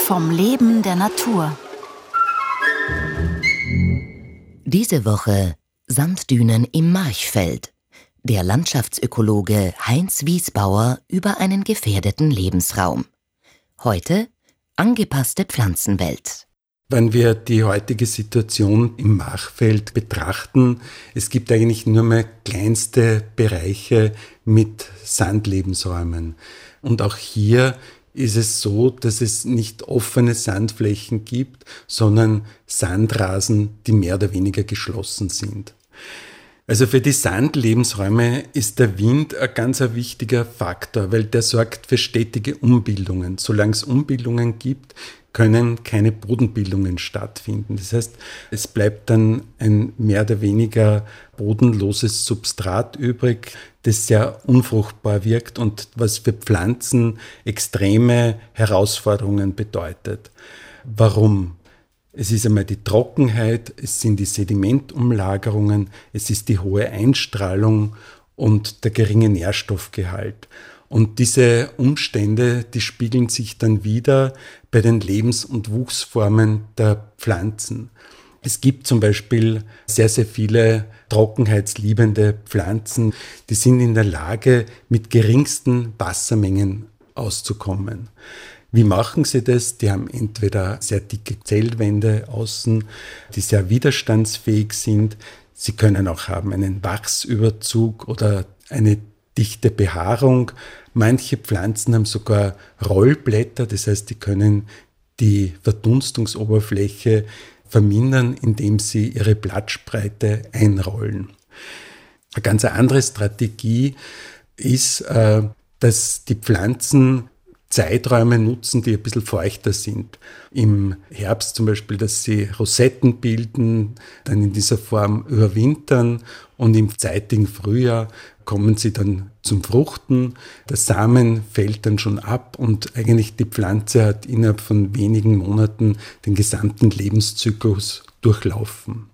vom Leben der Natur. Diese Woche Sanddünen im Marchfeld. Der Landschaftsökologe Heinz Wiesbauer über einen gefährdeten Lebensraum. Heute angepasste Pflanzenwelt. Wenn wir die heutige Situation im Marchfeld betrachten, es gibt eigentlich nur mehr kleinste Bereiche mit Sandlebensräumen. Und auch hier ist es so, dass es nicht offene Sandflächen gibt, sondern Sandrasen, die mehr oder weniger geschlossen sind. Also für die Sandlebensräume ist der Wind ein ganz wichtiger Faktor, weil der sorgt für stetige Umbildungen. Solange es Umbildungen gibt, können keine Bodenbildungen stattfinden. Das heißt, es bleibt dann ein mehr oder weniger bodenloses Substrat übrig, das sehr unfruchtbar wirkt und was für Pflanzen extreme Herausforderungen bedeutet. Warum? Es ist einmal die Trockenheit, es sind die Sedimentumlagerungen, es ist die hohe Einstrahlung und der geringe Nährstoffgehalt. Und diese Umstände, die spiegeln sich dann wieder bei den Lebens- und Wuchsformen der Pflanzen. Es gibt zum Beispiel sehr, sehr viele trockenheitsliebende Pflanzen, die sind in der Lage, mit geringsten Wassermengen auszukommen. Wie machen sie das? Die haben entweder sehr dicke Zellwände außen, die sehr widerstandsfähig sind. Sie können auch haben einen Wachsüberzug oder eine dichte Behaarung. Manche Pflanzen haben sogar Rollblätter, das heißt, die können die Verdunstungsoberfläche vermindern, indem sie ihre Blattspreite einrollen. Eine ganz andere Strategie ist, dass die Pflanzen Zeiträume nutzen, die ein bisschen feuchter sind. Im Herbst zum Beispiel, dass sie Rosetten bilden, dann in dieser Form überwintern und im zeitigen Frühjahr kommen sie dann zum Fruchten. Der Samen fällt dann schon ab und eigentlich die Pflanze hat innerhalb von wenigen Monaten den gesamten Lebenszyklus durchlaufen.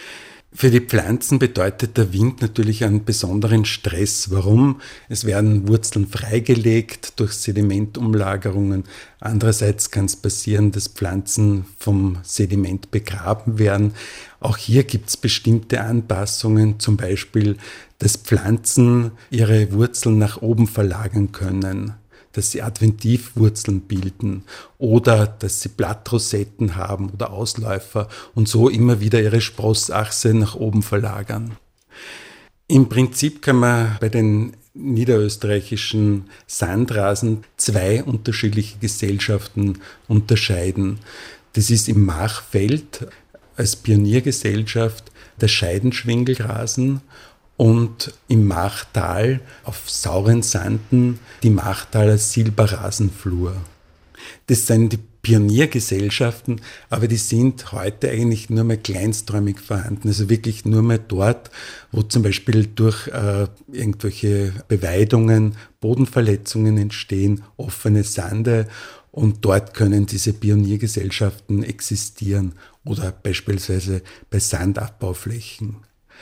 Für die Pflanzen bedeutet der Wind natürlich einen besonderen Stress. Warum? Es werden Wurzeln freigelegt durch Sedimentumlagerungen. Andererseits kann es passieren, dass Pflanzen vom Sediment begraben werden. Auch hier gibt es bestimmte Anpassungen, zum Beispiel, dass Pflanzen ihre Wurzeln nach oben verlagern können, dass sie Adventivwurzeln bilden oder dass sie Blattrosetten haben oder Ausläufer und so immer wieder ihre Sprossachse nach oben verlagern. Im Prinzip kann man bei den niederösterreichischen Sandrasen zwei unterschiedliche Gesellschaften unterscheiden. Das ist im Marchfeld als Pioniergesellschaft der Scheidenschwingelrasen und im Marchtal auf sauren Sanden die Marchtaler Silberrasenflur. Das sind die Pioniergesellschaften, aber die sind heute eigentlich nur mehr kleinsträumig vorhanden. Also wirklich nur mehr dort, wo zum Beispiel durch irgendwelche Beweidungen Bodenverletzungen entstehen, offene Sande und dort können diese Pioniergesellschaften existieren oder beispielsweise bei Sandabbauflächen.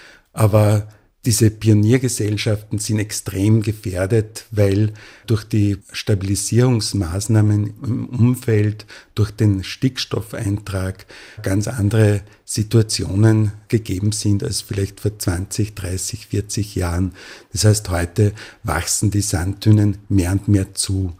Aber diese Pioniergesellschaften sind extrem gefährdet, weil durch die Stabilisierungsmaßnahmen im Umfeld, durch den Stickstoffeintrag ganz andere Situationen gegeben sind als vielleicht vor 20, 30, 40 Jahren. Das heißt, heute wachsen die Sanddünen mehr und mehr zu.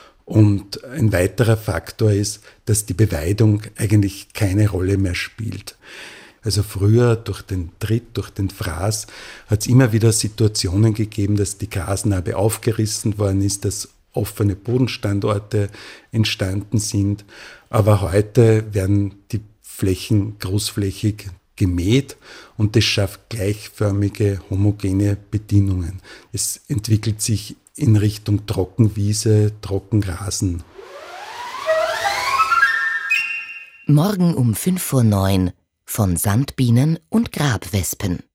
Und ein weiterer Faktor ist, dass die Beweidung eigentlich keine Rolle mehr spielt. Also früher durch den Tritt, durch den Fraß hat es immer wieder Situationen gegeben, dass die Grasnarbe aufgerissen worden ist, dass offene Bodenstandorte entstanden sind. Aber heute werden die Flächen großflächig gemäht und das schafft gleichförmige, homogene Bedingungen. Es entwickelt sich in Richtung Trockenwiese, Trockenrasen. Morgen um 5:09 Uhr von Sandbienen und Grabwespen.